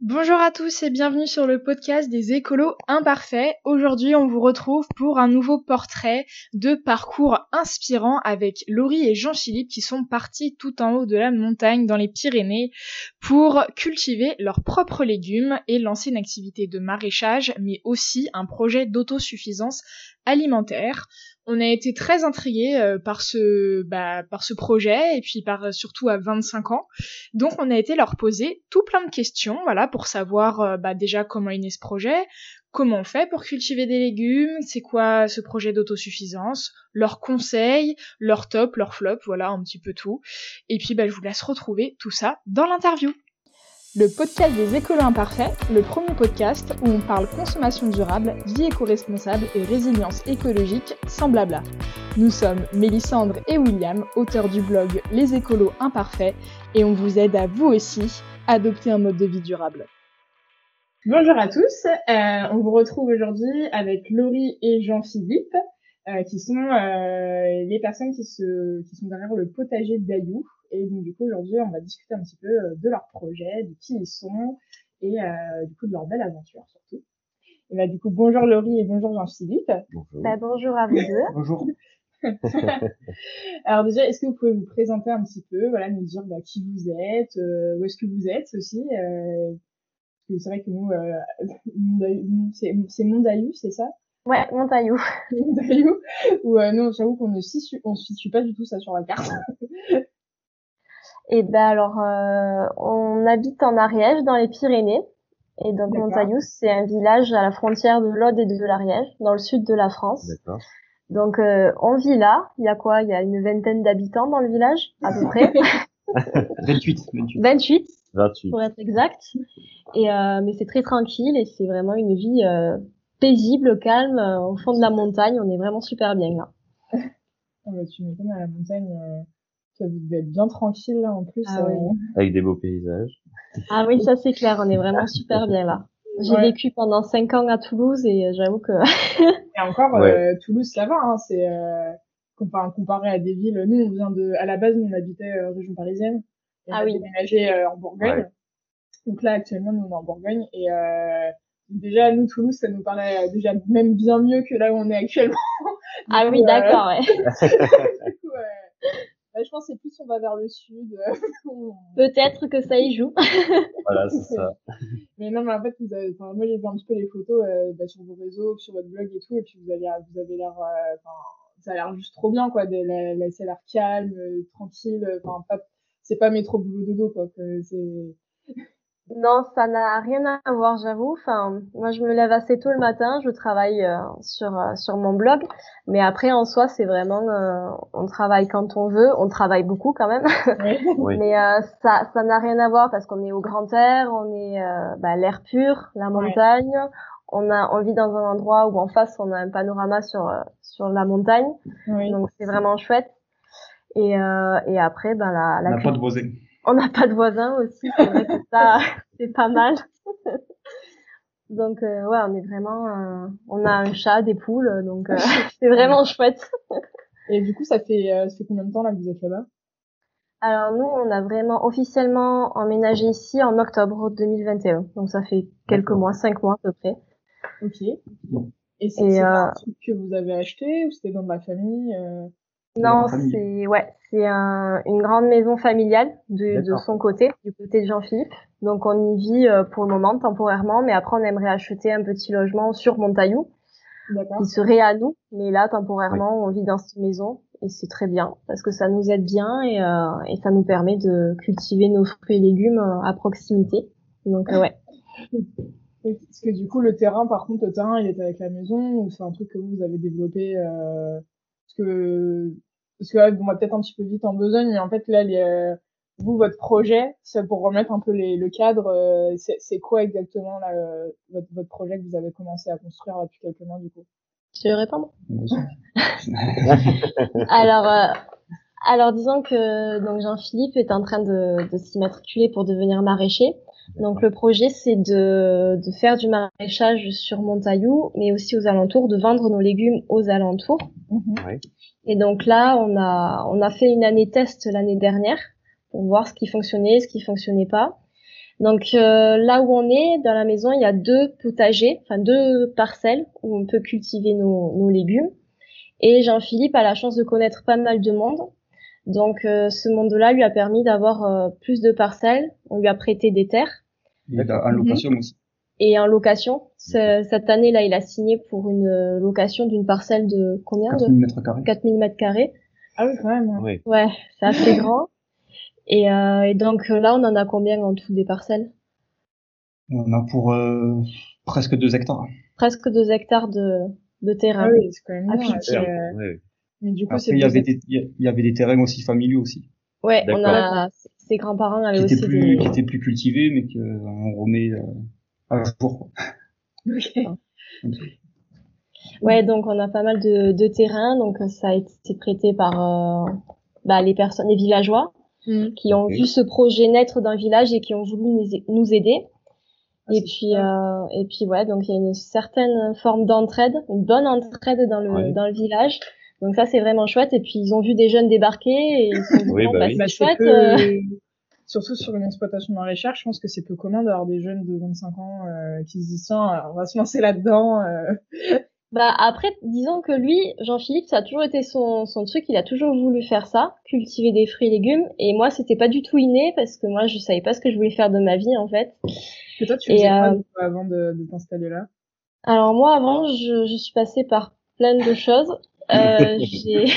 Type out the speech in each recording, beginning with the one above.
Bonjour à tous et bienvenue sur le podcast des écolos imparfaits. Aujourd'hui, on vous retrouve pour un nouveau portrait de parcours inspirant avec Laurie et Jean-Philippe qui sont partis tout en haut de la montagne dans les Pyrénées pour cultiver leurs propres légumes et lancer une activité de maraîchage, mais aussi un projet d'autosuffisance alimentaire. On a été très intrigués par ce projet et puis surtout à 25 ans. Donc on a été leur poser tout plein de questions, voilà, pour savoir déjà comment est né ce projet, comment on fait pour cultiver des légumes, c'est quoi ce projet d'autosuffisance, leurs conseils, leurs tops, leurs flops, voilà, un petit peu tout. Et puis je vous laisse retrouver tout ça dans l'interview. Le podcast des écolos imparfaits, le premier podcast où on parle consommation durable, vie éco-responsable et résilience écologique sans blabla. Nous sommes Mélissandre et William, auteurs du blog Les écolos imparfaits, et on vous aide à vous aussi adopter un mode de vie durable. Bonjour à tous, on vous retrouve aujourd'hui avec Laurie et Jean-Philippe, qui sont les personnes qui sont derrière le potager d'Ayou. Et donc du coup aujourd'hui on va discuter un petit peu de leur projet, de qui ils sont et du coup de leur belle aventure surtout. Et du coup bonjour Laurie et bonjour Jean-Philippe. Bonjour. Bonjour à vous deux. Bonjour. Alors déjà est-ce que vous pouvez vous présenter un petit peu, voilà, nous dire qui vous êtes, où est-ce que vous êtes aussi, parce que c'est vrai que nous c'est Montaillou, c'est ça? Ouais, Montaillou. Montaillou, où non j'avoue qu'on ne se situe pas du tout ça sur la carte. Et alors, on habite en Ariège, dans les Pyrénées. Et donc, D'accord. Montaillou, c'est un village à la frontière de l'Aude et de l'Ariège, dans le sud de la France. D'accord. Donc, on vit là. Il y a quoi? Il y a une vingtaine d'habitants dans le village, à peu près. 28, pour être exact. Et mais c'est très tranquille et c'est vraiment une vie paisible, calme, au fond de la montagne. On est vraiment super bien là. Tu m'étonnes, à la montagne, ça vous devez être bien tranquille là en plus. Ah oui. Avec des beaux paysages. Ah oui, ça c'est clair, on est vraiment super bien là. J'ai vécu pendant 5 ans à Toulouse et j'avoue que... Et encore, Toulouse ça va, hein, c'est comparé à des villes. Nous on vient à la base nous on habitait région parisienne et on a déménagé en Bourgogne. Ouais. Donc là actuellement nous on est en Bourgogne et déjà nous Toulouse ça nous paraît déjà même bien mieux que là où on est actuellement. Ah oui, d'accord, ouais. Du coup, je pense que c'est plus on va vers le sud. Peut-être que ça y joue. Voilà, c'est ça. Mais non, mais en fait, moi j'ai vu un petit peu les photos sur vos réseaux, sur votre blog et tout, et puis vous avez l'air, ça a l'air juste trop bien, quoi. Ça a l'air calme, tranquille. C'est pas métro boulot dodo, quoi. Non, ça n'a rien à voir, j'avoue. Enfin, moi, je me lève assez tôt le matin, je travaille sur mon blog, mais après, en soi, c'est vraiment, on travaille quand on veut, on travaille beaucoup quand même, Oui. mais ça n'a rien à voir parce qu'on est au grand air, on est l'air pur, la montagne, on vit dans un endroit où en face on a un panorama sur la montagne, donc c'est vraiment chouette. Et après, on n'a pas de voisins. On n'a pas de voisins aussi, c'est vrai que ça, c'est pas mal. Donc, on est vraiment, on a un chat, des poules, donc c'est vraiment chouette. Et du coup, ça fait combien de temps là que vous êtes là-bas? Alors nous, on a vraiment officiellement emménagé ici en octobre 2021, donc ça fait quelques mois, 5 mois à peu près. Ok. Et c'est un truc que vous avez acheté ou c'était dans ma famille? Non, c'est une grande maison familiale de son côté, du côté de Jean-Philippe. Donc on y vit pour le moment temporairement, mais après on aimerait acheter un petit logement sur Montaillou, qui serait à nous. Mais là temporairement, on vit dans cette maison et c'est très bien parce que ça nous aide bien et ça nous permet de cultiver nos fruits et légumes à proximité. Donc ouais. Parce que du coup le terrain, par contre, il est avec la maison ou c'est un truc que vous avez développé parce que là, on va peut-être un petit peu vite en besogne, mais en fait là, vous, votre projet, c'est pour remettre un peu le cadre, c'est quoi exactement là, votre projet que vous avez commencé à construire depuis quelques mois du coup? Tu veux répondre? Alors disons que donc Jean-Philippe est en train de s'immatriculer pour devenir maraîcher. Donc le projet c'est de faire du maraîchage sur Montaillou, mais aussi aux alentours, de vendre nos légumes aux alentours. Ouais. Et donc là on a fait une année test l'année dernière pour voir ce qui fonctionnait, ce qui fonctionnait pas. Donc là où on est, dans la maison, il y a 2 potagers, enfin 2 parcelles où on peut cultiver nos légumes. Et Jean-Philippe a la chance de connaître pas mal de monde. Donc ce monde-là lui a permis d'avoir plus de parcelles. On lui a prêté des terres. Et en location aussi. Et en location. Cette année-là, il a signé pour une location d'une parcelle de combien? 4000 mètres carrés. 4000 mètres carrés. Ah oui, quand même. Oui. Ouais, c'est assez grand. Et donc là, on en a combien en tout des parcelles? On a pour presque 2 hectares. Presque 2 hectares de terrain. Ah oui, c'est quand même À bien. cultiver. Ouais. Mais du coup, Après, c'est il y avait des terrains aussi familiaux aussi. Ouais, on D'accord. a ses grands-parents avaient Qui aussi étaient plus cultivés, mais qu'on remet à jour, quoi. Ok. Ouais, donc on a pas mal de terrains, donc ça a été prêté par les personnes, les villageois, qui ont vu ce projet naître d'un village et qui ont voulu nous aider. Et puis ouais, donc il y a une certaine forme d'entraide, une bonne entraide dans le village. Donc ça c'est vraiment chouette. Et puis ils ont vu des jeunes débarquer et ils se sont dit Oui, bah oui. c'est chouette. Surtout sur une exploitation maraîchère, je pense que c'est peu commun d'avoir des jeunes de 25 ans qui se disent tiens, on va se lancer là-dedans. Après, disons que lui, Jean-Philippe, ça a toujours été son truc. Il a toujours voulu faire ça, cultiver des fruits et légumes. Et moi, c'était pas du tout inné parce que moi, je savais pas ce que je voulais faire de ma vie en fait. Que toi, tu faisais quoi avant de t'installer là? Alors moi, avant, je suis passée par plein de choses. J'ai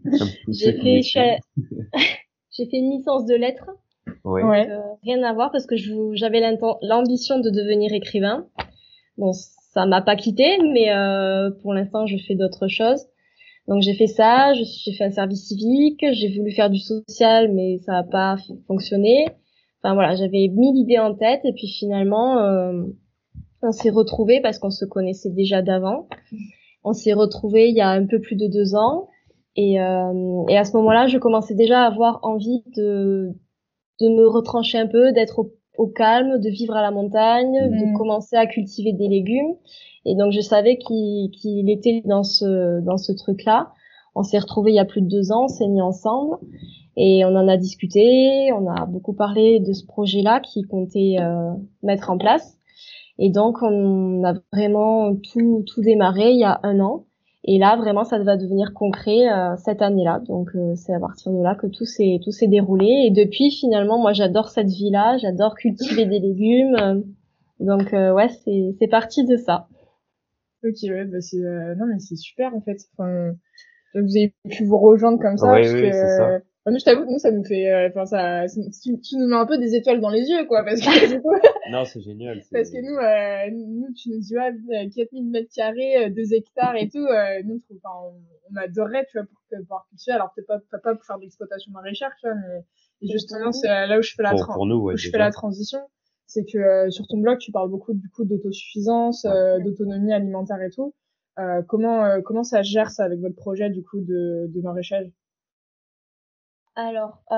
fait une licence de lettres. Ouais. Donc, rien à voir parce que j'avais l'ambition de devenir écrivain. Bon, ça m'a pas quitté, mais pour l'instant, je fais d'autres choses. Donc j'ai fait ça, j'ai fait un service civique, j'ai voulu faire du social, mais ça n'a pas fonctionné. Enfin voilà, j'avais 1000 idées en tête et puis finalement, on s'est retrouvés parce qu'on se connaissait déjà d'avant. On s'est retrouvés il y a un peu plus de 2 ans et à ce moment-là, je commençais déjà à avoir envie de me retrancher un peu, d'être au calme, de vivre à la montagne, de commencer à cultiver des légumes. Et donc je savais qu'il était dans ce truc-là. On s'est retrouvés il y a plus de 2 ans, on s'est mis ensemble et on en a discuté, on a beaucoup parlé de ce projet-là qui comptait mettre en place. Et donc on a vraiment tout démarré il y a 1 an. Et là, vraiment, ça va devenir concret cette année-là. Donc, c'est à partir de là que tout s'est déroulé. Et depuis, finalement, moi, j'adore cette vie-là. J'adore cultiver des légumes. Donc, ouais, c'est parti de ça. Ok, ouais, bah non, mais c'est super, en fait. Enfin, vous avez pu vous rejoindre comme ça, parce que, c'est ça. Nous, je t'avoue que nous, ça nous fait, tu nous mets un peu des étoiles dans les yeux, quoi, parce que du coup, Non, c'est génial. parce que nous, tu nous dis, ouais, 4000 mètres carrés, 2 hectares et tout, nous, on adorerait, tu vois, pour pouvoir cultiver. Alors, peut-être pas pour faire de l'exploitation maraîchère, tu vois, mais et justement, c'est là où je fais pour nous, ouais, je fais la transition. C'est que, sur ton blog, tu parles beaucoup, du coup, d'autosuffisance, d'autonomie alimentaire et tout. Comment ça gère ça avec votre projet, du coup, de maraîchage? Alors,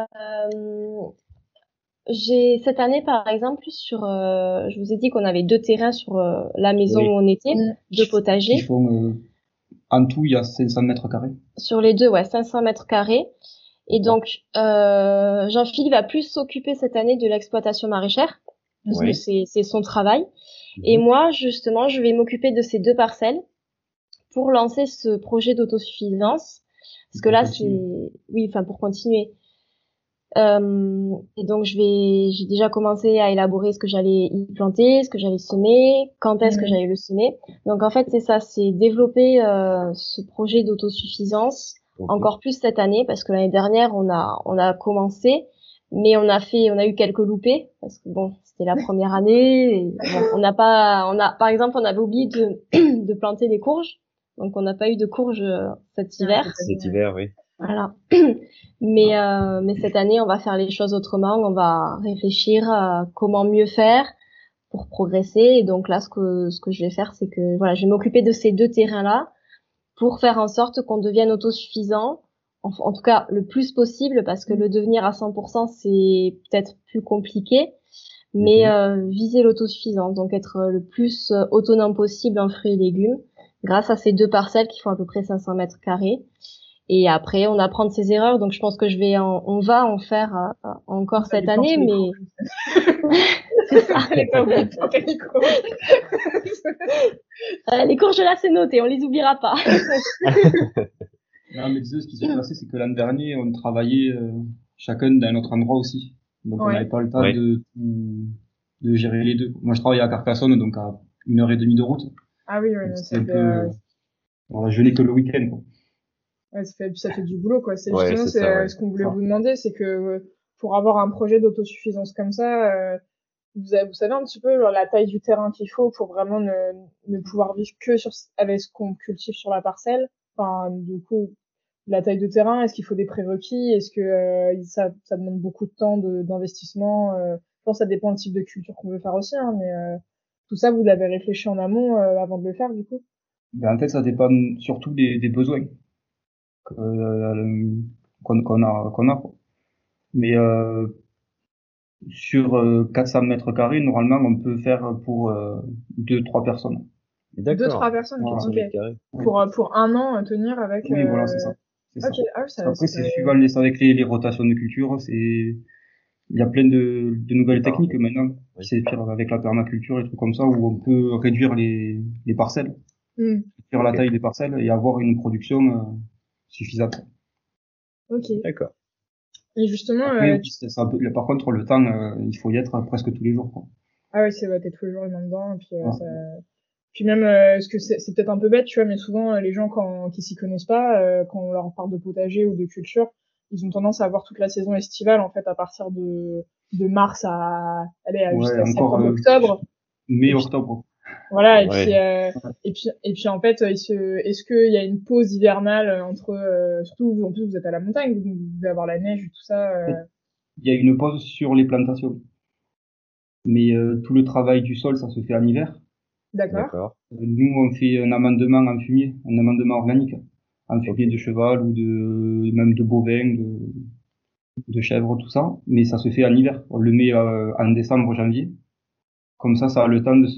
j'ai cette année, par exemple, je vous ai dit qu'on avait 2 terrains sur la maison où on était, 2 potagers. Ils font, en tout, il y a 500 mètres carrés. Sur les 2, ouais, 500 mètres carrés. Et donc, Jean-Philippe va plus s'occuper cette année de l'exploitation maraîchère, parce que c'est son travail. Et moi, justement, je vais m'occuper de ces 2 parcelles pour lancer ce projet d'autosuffisance. Parce que là, pour continuer. Et donc j'ai déjà commencé à élaborer ce que j'allais y planter, ce que j'allais semer, quand est-ce que j'allais le semer. Donc en fait c'est ça, c'est développer ce projet d'autosuffisance encore plus cette année parce que l'année dernière on a commencé, mais on a eu quelques loupés parce que bon c'était la première année. Et, bon, par exemple on avait oublié de planter des courges, donc on n'a pas eu de courges cet hiver. Cet hiver, oui. Voilà. Mais cette année, on va faire les choses autrement. On va réfléchir à comment mieux faire pour progresser. Et donc là, ce que je vais faire, c'est que voilà, je vais m'occuper de ces 2 terrains-là pour faire en sorte qu'on devienne autosuffisant. En tout cas, le plus possible, parce que le devenir à 100%, c'est peut-être plus compliqué. Mais viser l'autosuffisance, donc être le plus autonome possible en fruits et légumes, grâce à ces 2 parcelles qui font à peu près 500 mètres carrés. Et après, on apprend de ses erreurs. Donc, je pense que on va en faire encore cette année, mais c'est ça. Elle est pas obligée de porter les cours. Les courges là, c'est noté, on les oubliera pas. Non, mais disons, ce qui s'est passé, c'est que l'an dernier, on travaillait chacun dans notre endroit aussi. Donc, on n'avait pas le temps de gérer les deux. Moi, je travaille à Carcassonne, donc à 1h30 de route. Ah oui, ouais, c'est un peu... Voilà, je n'ai que le week-end, quoi. Ouais, ça fait du boulot, quoi. C'est Ouais, justement c'est ça, ce qu'on voulait vous demander, c'est que pour avoir un projet d'autosuffisance comme ça, vous savez un petit peu genre, la taille du terrain qu'il faut pour vraiment ne pouvoir vivre que avec ce qu'on cultive sur la parcelle. Enfin, du coup, la taille de terrain, est-ce qu'il faut des prérequis? Est-ce que ça demande beaucoup de temps d'investissement? Je pense que ça dépend du type de culture qu'on veut faire aussi, hein, mais tout ça, vous l'avez réfléchi en amont avant de le faire, du coup? Ben, en fait, ça dépend surtout des besoins qu'on a, quoi. Mais sur 400 mètres carrés, normalement, on peut faire pour 2-3 personnes. D'accord. 2-3 personnes, voilà. 400 mètres carrés. Pour un an, tenir avec... Oui, voilà, c'est ça. Ok, ah, Après, c'est suivant avec les rotations de culture, il y a plein de nouvelles techniques maintenant qui s'inspirent avec la permaculture et trucs comme ça où on peut réduire les parcelles, réduire la taille des parcelles et avoir une production suffisante. Ok. D'accord. Et justement, après, par contre, le temps, il faut y être presque tous les jours, quoi. Ah ouais, t'es tous les jours là-dedans, et puis puis même, est-ce que c'est peut-être un peu bête, tu vois, mais souvent les gens qui s'y connaissent pas, quand on leur parle de potager ou de culture, ils ont tendance à avoir toute la saison estivale en fait à partir de mars jusqu'à septembre, octobre. Mai, octobre. Voilà, et puis en fait, est-ce qu'il y a une pause hivernale entre surtout en plus vous êtes à la montagne, vous devez avoir la neige et tout ça. Il y a une pause sur les plantations. Mais tout le travail du sol, ça se fait en hiver. D'accord. Nous, on fait un amendement en fumier, un amendement organique, en fumier de cheval ou même de bovin, de chèvre, tout ça. Mais ça se fait en hiver. On le met en décembre, janvier. Comme ça a le temps de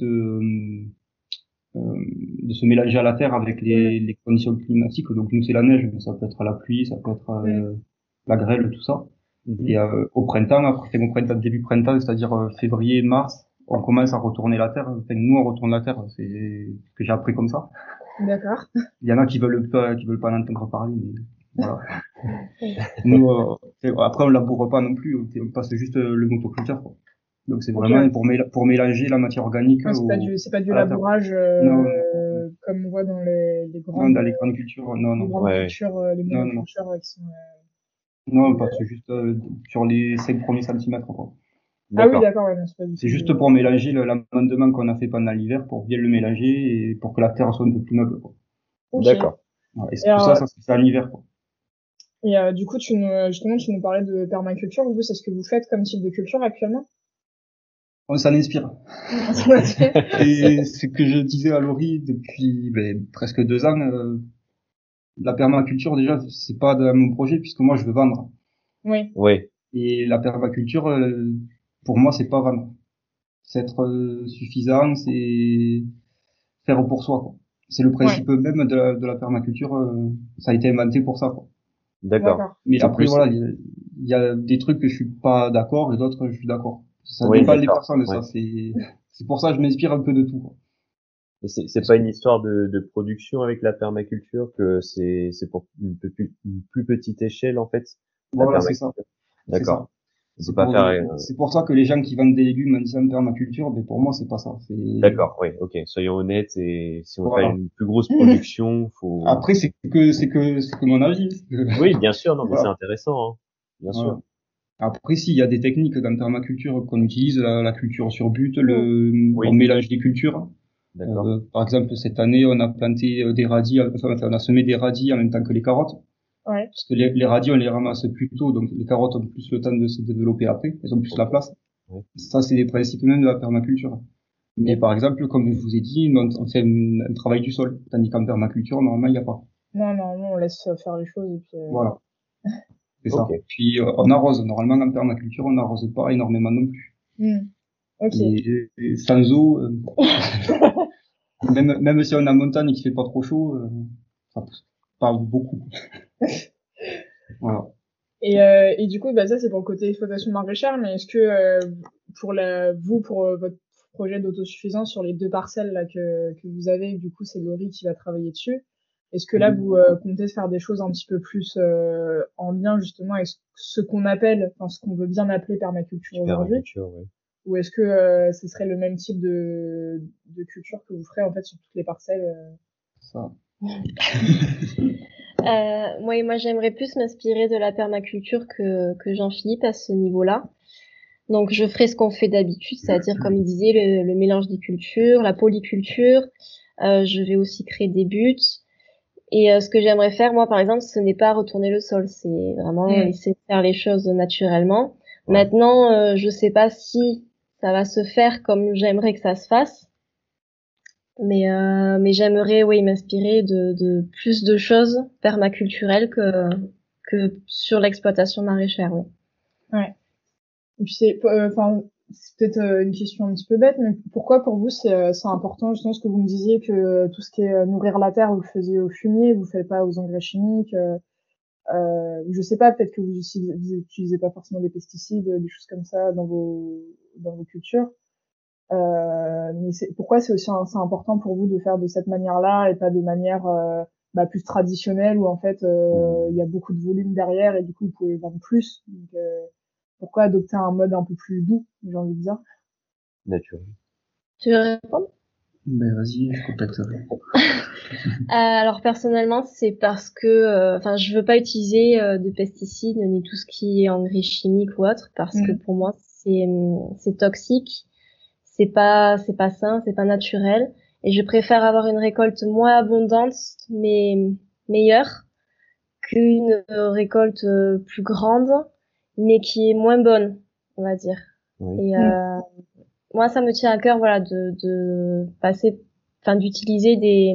se mélanger à la terre avec les conditions climatiques. Donc nous, c'est la neige, mais ça peut être la pluie, ça peut être la grêle, tout ça. Et au printemps, début printemps, c'est-à-dire février, mars, on commence à retourner la terre. Enfin, nous, on retourne la terre. C'est ce que j'ai appris comme ça. D'accord. Il y en a qui veulent pas en entendre parler, mais voilà. Nous, après, on laboure pas non plus. On passe juste le motoculteur, quoi. Donc c'est vraiment pour mélanger la matière organique. C'est pas du labourage comme on voit dans les grandes. Non, dans les grandes cultures, non. Les grandes cultures, les monocultures qui sont. Non, on passe juste sur les 5 premiers centimètres, quoi. Ah oui, d'accord, ouais, c'est pas du tout. C'est juste pour mélanger l'amendement qu'on a fait pendant l'hiver, pour bien le mélanger et pour que la terre soit un peu plus meuble, quoi. Okay. D'accord. Et tout ça se fait en hiver, quoi. Et du coup, tu nous parlais de permaculture. Vous, c'est ce que vous faites comme type de culture actuellement? On s'en inspire. Et ce que je disais à Laurie depuis presque 2 ans, la permaculture déjà, c'est pas de mon projet puisque moi je veux vendre. Oui. Et la permaculture, pour moi, c'est pas vendre. C'est être suffisant, c'est faire pour soi, quoi. C'est le principe même de la permaculture. Ça a été inventé pour ça, quoi. D'accord. Mais après, voilà, il y a des trucs que je suis pas d'accord et d'autres je suis d'accord. Ça dépend des personnes, ça. C'est pour ça que je m'inspire un peu de tout, quoi. Et c'est pas une histoire de production avec la permaculture, que c'est pour une plus petite échelle, en fait? Voilà, c'est ça. D'accord. C'est pour ça que les gens qui vendent des légumes en disant permaculture, pour moi, c'est pas ça. D'accord, oui, ok. Soyons honnêtes, et si on fait une plus grosse production, faut... Après, c'est que mon avis. Oui, bien sûr, non, mais c'est intéressant, hein. Bien sûr. Après, s'il y a des techniques dans permaculture qu'on utilise, la culture sur but, on mélange des cultures. Par exemple, cette année, on a planté des radis, on a semé des radis en même temps que les carottes. Ouais. Parce que les radis, on les ramasse plus tôt, donc les carottes ont plus le temps de se développer après, elles ont plus la place. Ça, c'est des principes même de la permaculture. Mais par exemple, comme je vous ai dit, on fait un travail du sol, tandis qu'en permaculture, normalement, il n'y a pas. Non, on laisse faire les choses et puis. Voilà. C'est ça. Puis on arrose. Normalement, en permaculture, on n'arrose pas énormément non plus. Et sans eau, même si on a une montagne qui fait pas trop chaud, ça pousse pas beaucoup. Voilà. Et du coup, bah ça c'est pour le côté exploitation maraîchère, mais est-ce que pour votre projet d'autosuffisance sur les 2 parcelles là que vous avez, du coup c'est Laurie qui va travailler dessus. Est-ce que là vous comptez faire des choses un petit peu plus en lien justement avec ce qu'on appelle, enfin ce qu'on veut bien appeler permaculture aujourd'hui, Permaculture, ouais. ou est-ce que ce serait le même type de culture que vous ferez en fait sur toutes les parcelles Ça. Moi, j'aimerais plus m'inspirer de la permaculture que Jean-Philippe à ce niveau-là. Donc, je ferai ce qu'on fait d'habitude, c'est-à-dire, comme il disait, le mélange des cultures, la polyculture. Je vais aussi créer des buts. Et ce que j'aimerais faire, moi, par exemple, ce n'est pas retourner le sol, c'est vraiment laisser faire les choses naturellement. Ouais. Maintenant, je sais pas si ça va se faire comme j'aimerais que ça se fasse. Mais j'aimerais, oui, m'inspirer de plus de choses permaculturelles que sur l'exploitation maraîchère, oui. Ouais. Et puis c'est peut-être une question un petit peu bête, mais pourquoi pour vous c'est important justement ce que vous me disiez que tout ce qui est nourrir la terre vous le faisiez au fumier, vous le faites pas aux engrais chimiques, je sais pas, peut-être que vous utilisez pas forcément des pesticides, des choses comme ça dans vos cultures. Mais pourquoi c'est aussi c'est important pour vous de faire de cette manière-là et pas de manière plus traditionnelle où en fait il y a beaucoup de volume derrière et du coup vous pouvez vendre plus. Donc, pourquoi adopter un mode un peu plus doux, j'ai envie de dire. Naturel. Tu veux répondre? Ben vas-y, je compléterai. Alors personnellement, c'est parce que, je veux pas utiliser de pesticides ni tout ce qui est engrais chimiques ou autre, parce que pour moi c'est toxique, c'est pas sain, c'est pas naturel, et je préfère avoir une récolte moins abondante mais meilleure qu'une récolte plus grande mais qui est moins bonne, on va dire. Oui. Et moi, ça me tient à cœur, voilà, de passer, d'utiliser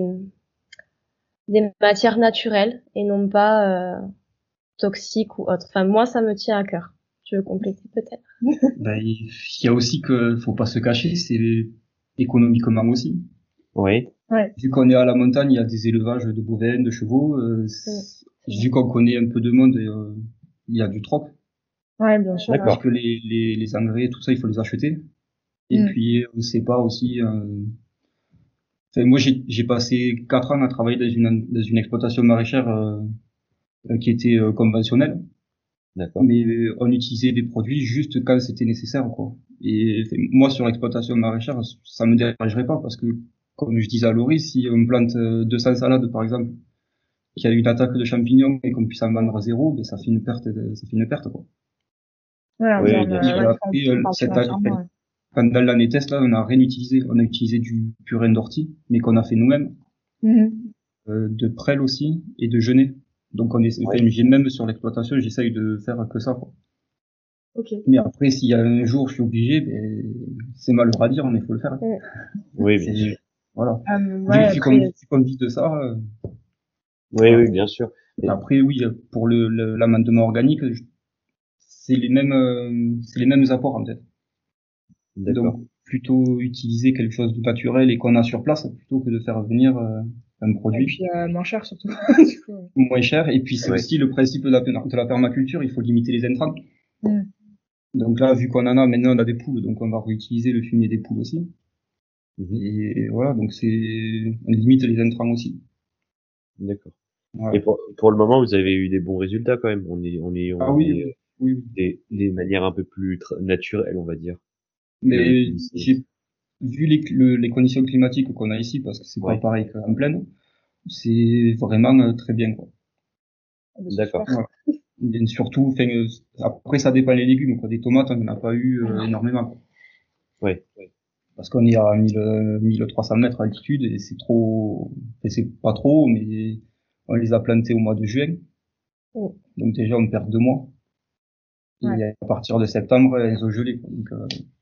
des matières naturelles et non pas toxiques ou autres. Enfin, moi, ça me tient à cœur. Je veux compléter peut-être. Ben, il y a aussi que faut pas se cacher, c'est économiquement aussi. Oui. Ouais. Vu qu'on est à la montagne, il y a des élevages de bovins, de chevaux. Vu qu'on connaît un peu de monde, il y a du troc. Ouais, bien sûr. Parce que les engrais, tout ça, il faut les acheter. Et puis, on sait pas aussi. Moi, j'ai passé 4 ans à travailler dans une exploitation maraîchère qui était conventionnelle. D'accord. Mais on utilisait des produits juste quand c'était nécessaire, quoi. Et moi, sur l'exploitation maraîchère, ça me dérangerait pas parce que, comme je disais à Laurie, si on plante 200 salades, par exemple, qu'il y a une attaque de champignons et qu'on puisse en vendre à 0, ben ça fait une perte, quoi. Ouais, oui, bien sûr. Après, pendant l'année test, là, on a rien utilisé. On a utilisé du purin d'ortie, mais qu'on a fait nous-mêmes, de prêle aussi et de genêt. Donc j'ai même sur l'exploitation, j'essaye de faire que ça, quoi. Okay. Mais après, s'il y a un jour, je suis obligé, c'est malheureux à dire, mais il faut le faire. Oui, bien sûr. Voilà. Vu qu'on vit de ça. Oui, bien sûr. Après, oui, pour l'amendement organique, c'est les mêmes apports, en fait. Donc, plutôt utiliser quelque chose de naturel et qu'on a sur place, plutôt que de faire venir un produit. Et puis moins cher surtout. Du coup. Moins cher. Et puis c'est aussi le principe de la permaculture, il faut limiter les intrants. Donc là, vu qu'on en a, maintenant on a des poules, donc on va réutiliser le fumier des poules aussi. Et voilà, donc on limite les intrants aussi. D'accord. Voilà. Et pour le moment, vous avez eu des bons résultats quand même. Oui. Des manières un peu plus naturelles, on va dire. Mais j'ai vu les conditions climatiques qu'on a ici, parce que c'est pas pareil qu'en plaine, c'est vraiment très bien, quoi. D'accord. Voilà. Et surtout, après ça dépend les légumes, quoi. Des tomates, on n'en a pas eu énormément, quoi. Ouais. Parce qu'on est à 1300 mètres d'altitude et c'est pas trop, mais on les a plantées au mois de juin. Donc déjà, on perd 2 mois. Et à partir de septembre, elles ont gelé, quoi. Donc,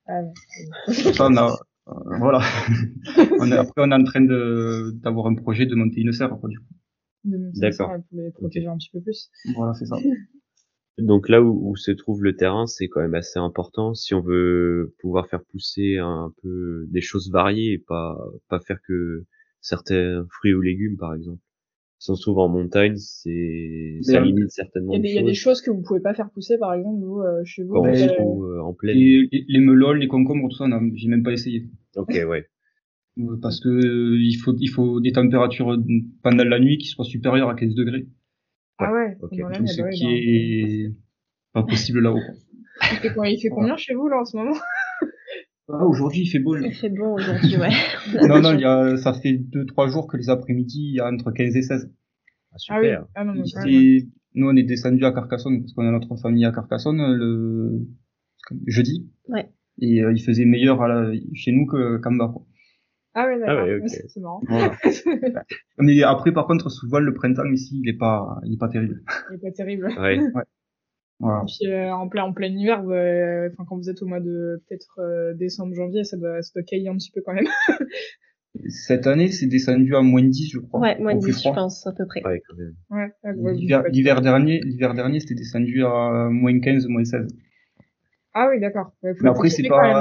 ça, voilà. Après, on est en train d'avoir un projet de monter une serre, quoi, du coup. D'accord. Pour les protéger un petit peu plus. Voilà, c'est ça. Donc là où se trouve le terrain, c'est quand même assez important si on veut pouvoir faire pousser un peu des choses variées et pas faire que certains fruits ou légumes, par exemple. sont souvent en montagne, ça limite certainement il y a des choses que vous pouvez pas faire pousser, par exemple, vous, chez vous. Quand on se trouve en pleine. Les melons, les concombres, tout ça, j'ai même pas essayé. Ok, ouais. Parce que il faut des températures pendant la nuit qui soient supérieures à 15 degrés. Ah ouais. Ok. Tout ce qui est pas possible là-haut. Il fait combien chez vous là en ce moment? Ah, aujourd'hui il fait beau. Il fait bon aujourd'hui, ouais. Non, ça fait 2-3 jours que les après-midi il y a entre 15 et 16. Ah, super. Ah oui. Ah non, Nous on est descendu à Carcassonne parce qu'on a notre famille à Carcassonne le jeudi. Ouais. Et il faisait meilleur chez nous qu'en bas, quoi. Ah ouais, d'accord. Ah ouais, okay. C'est marrant. Voilà. Mais après, par contre, souvent, le printemps ici, il est pas terrible. Il est pas terrible. Ouais. Voilà. Et puis, en plein hiver, quand vous êtes au mois de, peut-être, décembre, janvier, ça doit cailler un petit peu quand même. Cette année, c'est descendu à -10, je crois. Ouais, -10, je pense, à peu près. Ouais, quand même. Ouais. L'hiver dernier, c'était descendu à -15, -16. Ah oui, d'accord. Ouais, mais après, c'est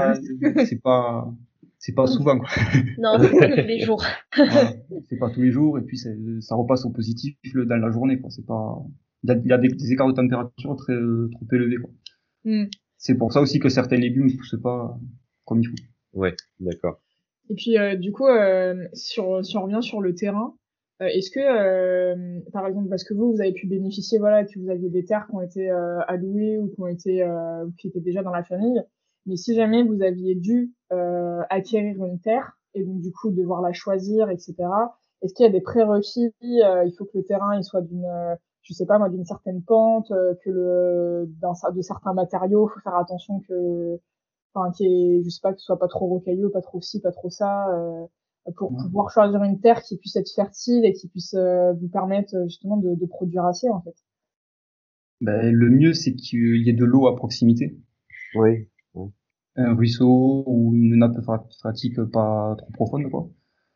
pas souvent, quoi. Non, c'est pas tous les jours. Voilà. C'est pas tous les jours, et puis ça repasse au positif dans la journée, quoi. C'est pas, il y a des écarts de température trop élevés, quoi. C'est pour ça aussi que certains légumes ne poussent pas comme il faut. Ouais, d'accord. Et puis, du coup, si on revient sur le terrain, est-ce que, par exemple, parce que vous avez pu bénéficier, voilà, que vous aviez des terres qui ont été allouées ou qui étaient déjà dans la famille, mais si jamais vous aviez dû acquérir une terre et donc du coup devoir la choisir, etc. Est-ce qu'il y a des prérequis? Il faut que le terrain il soit je sais pas moi, d'une certaine pente, de certains matériaux. Faut faire attention je sais pas, que ce soit pas trop rocailleux, pas trop ci, pas trop ça. Pour pouvoir choisir une terre qui puisse être fertile et qui puisse vous permettre justement de produire assez en fait. Le mieux c'est qu'il y ait de l'eau à proximité. Oui. Un ruisseau ou une nappe phréatique pas trop profonde, quoi.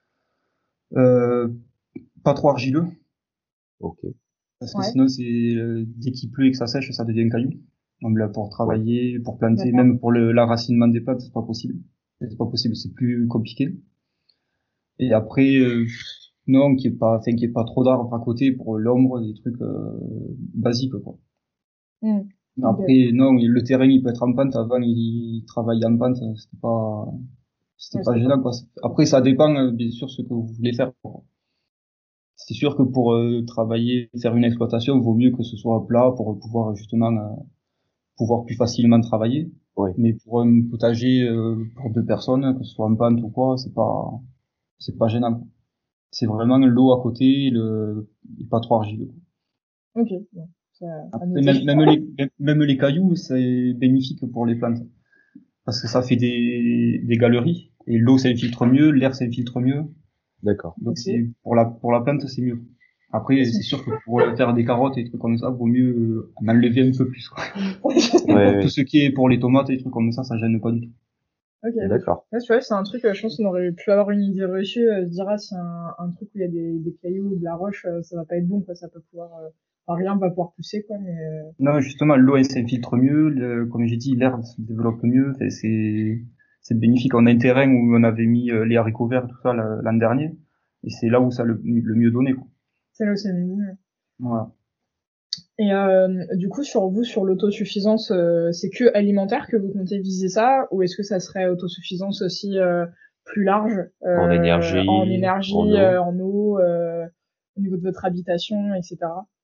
Pas trop argileux. Ok. Parce que sinon dès qu'il pleut et que ça sèche, ça devient caillou. Donc là, pour travailler, pour planter, même pour l'enracinement des plantes, c'est pas possible. C'est plus compliqué. Et après, non, qu'il y ait pas trop d'arbres à côté pour l'ombre, des trucs basiques, quoi. Après, non, le terrain il peut être en pente. Avant, il travaille en pente, c'était pas gênant, quoi. Après, ça dépend bien sûr ce que vous voulez faire, quoi. C'est sûr que pour travailler, faire une exploitation, il vaut mieux que ce soit plat pour pouvoir justement pouvoir plus facilement travailler. Ouais. Mais pour un potager pour 2 personnes, que ce soit en pente ou quoi, c'est pas gênant, quoi. C'est vraiment l'eau à côté, et pas trop argileux. Ok. Bon, après, même les cailloux, c'est bénéfique pour les plantes. Parce que ça fait des galeries, et l'eau s'infiltre mieux, l'air s'infiltre mieux. D'accord. Donc pour la plante, c'est mieux. Après, c'est sûr que pour faire des carottes et des trucs comme ça, vaut mieux en enlever un peu plus, quoi. Tout ce qui est pour les tomates et des trucs comme ça gêne pas du tout. Ok, d'accord. Ouais, tu vois, c'est un truc, je pense qu'on aurait pu avoir une idée reçue, se dire, si un truc où il y a des cailloux ou de la roche, ça va pas être bon, quoi, ça peut pouvoir, rien va pouvoir pousser, quoi, mais Non, justement, l'eau, elle s'infiltre mieux, comme j'ai dit, l'air se développe mieux, c'est bénéfique. On a un terrain où on avait mis les haricots verts, tout ça, l'an dernier, et c'est là où ça le mieux donné, quoi. C'est là où c'est le mieux. Voilà. Et du coup, sur l'autosuffisance, c'est que alimentaire que vous comptez viser ça, ou est-ce que ça serait autosuffisance aussi plus large en énergie, en eau, au niveau de votre habitation, etc.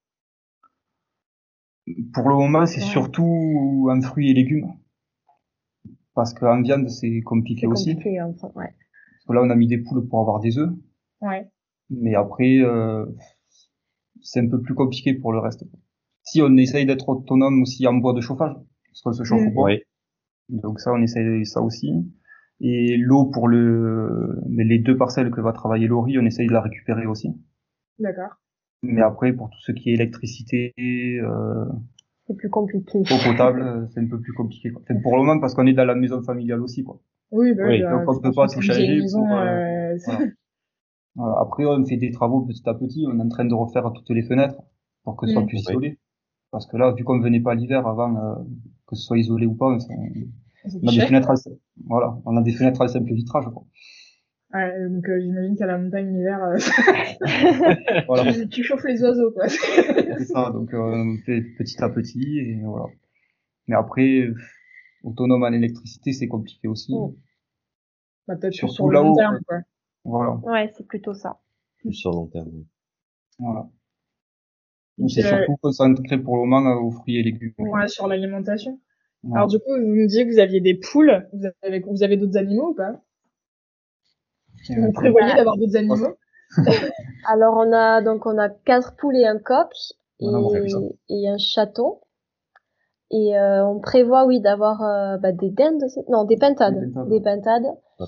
Pour le moment, c'est surtout en fruits et légumes, parce qu'en viande, c'est compliqué aussi. Ouais. Parce que là, on a mis des poules pour avoir des œufs. Ouais. Mais après, c'est un peu plus compliqué pour le reste. Si on essaye d'être autonome aussi en bois de chauffage, parce qu'on se chauffe au bois. Oui. Donc ça, on essaye ça aussi. Et l'eau pour les 2 parcelles que va travailler Laurie, on essaye de la récupérer aussi. D'accord. Mais après, pour tout ce qui est électricité, c'est plus compliqué. Eau potable, c'est un peu plus compliqué, quoi. Enfin, pour le moment, parce qu'on est dans la maison familiale aussi, quoi. Oui, bah oui. Donc on peut pas tout changer. Voilà. Après, on fait des travaux petit à petit. On est en train de refaire toutes les fenêtres pour que ce soit plus isolé. Parce que là, vu qu'on venait pas l'hiver avant, que ce soit isolé ou pas, on a des fenêtres on a des fenêtres à simple vitrage, quoi. Ouais, donc j'imagine qu'à la montagne l'hiver, Voilà. tu chauffes les oiseaux, quoi. C'est ça, donc on fait petit à petit et voilà. Mais après, autonome en électricité, c'est compliqué aussi. Bah, peut-être plus sur Surtout le long là-haut, terme, quoi. voilà, Ouais, c'est plutôt ça. Plus sur long terme. Oui. voilà. Et Donc puis, c'est surtout concentré pour le moment aux fruits et légumes. ouais, sur l'alimentation. Voilà. Alors du coup, vous me disiez que vous aviez des poules. Vous avez d'autres animaux ou pas? Vous prévoyez d'avoir d'autres animaux? Alors on a 4 poules et un coq Voilà, on fait ça. et un chaton. Et on prévoit oui d'avoir des dindes, non des pintades, des pintades.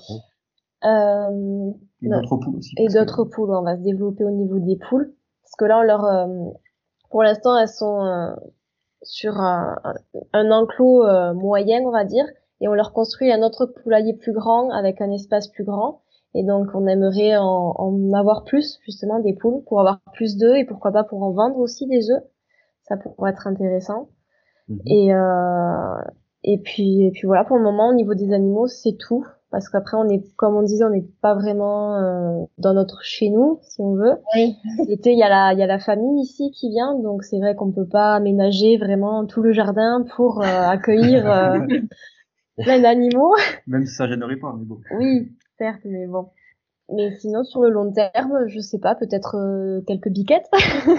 Et d'autres poules aussi. Et d'autres poules, on va se développer au niveau des poules parce que là pour l'instant elles sont sur un enclos moyen on va dire et on leur construit un autre poulailler plus grand avec un espace plus grand et donc on aimerait en avoir plus justement des poules pour avoir plus d'œufs et pourquoi pas pour en vendre aussi des œufs, ça pourrait être intéressant. Et puis voilà, pour le moment, au niveau des animaux, c'est tout. Parce qu'après, comme on disait, on n'est pas vraiment dans notre chez nous, si on veut. Oui. L'été, il y a la famille ici qui vient, donc c'est vrai qu'on peut pas aménager vraiment tout le jardin pour accueillir plein d'animaux. Même si ça gênerait pas, mais bon. Oui, certes, mais bon. Mais sinon, sur le long terme, je sais pas, peut-être quelques biquettes.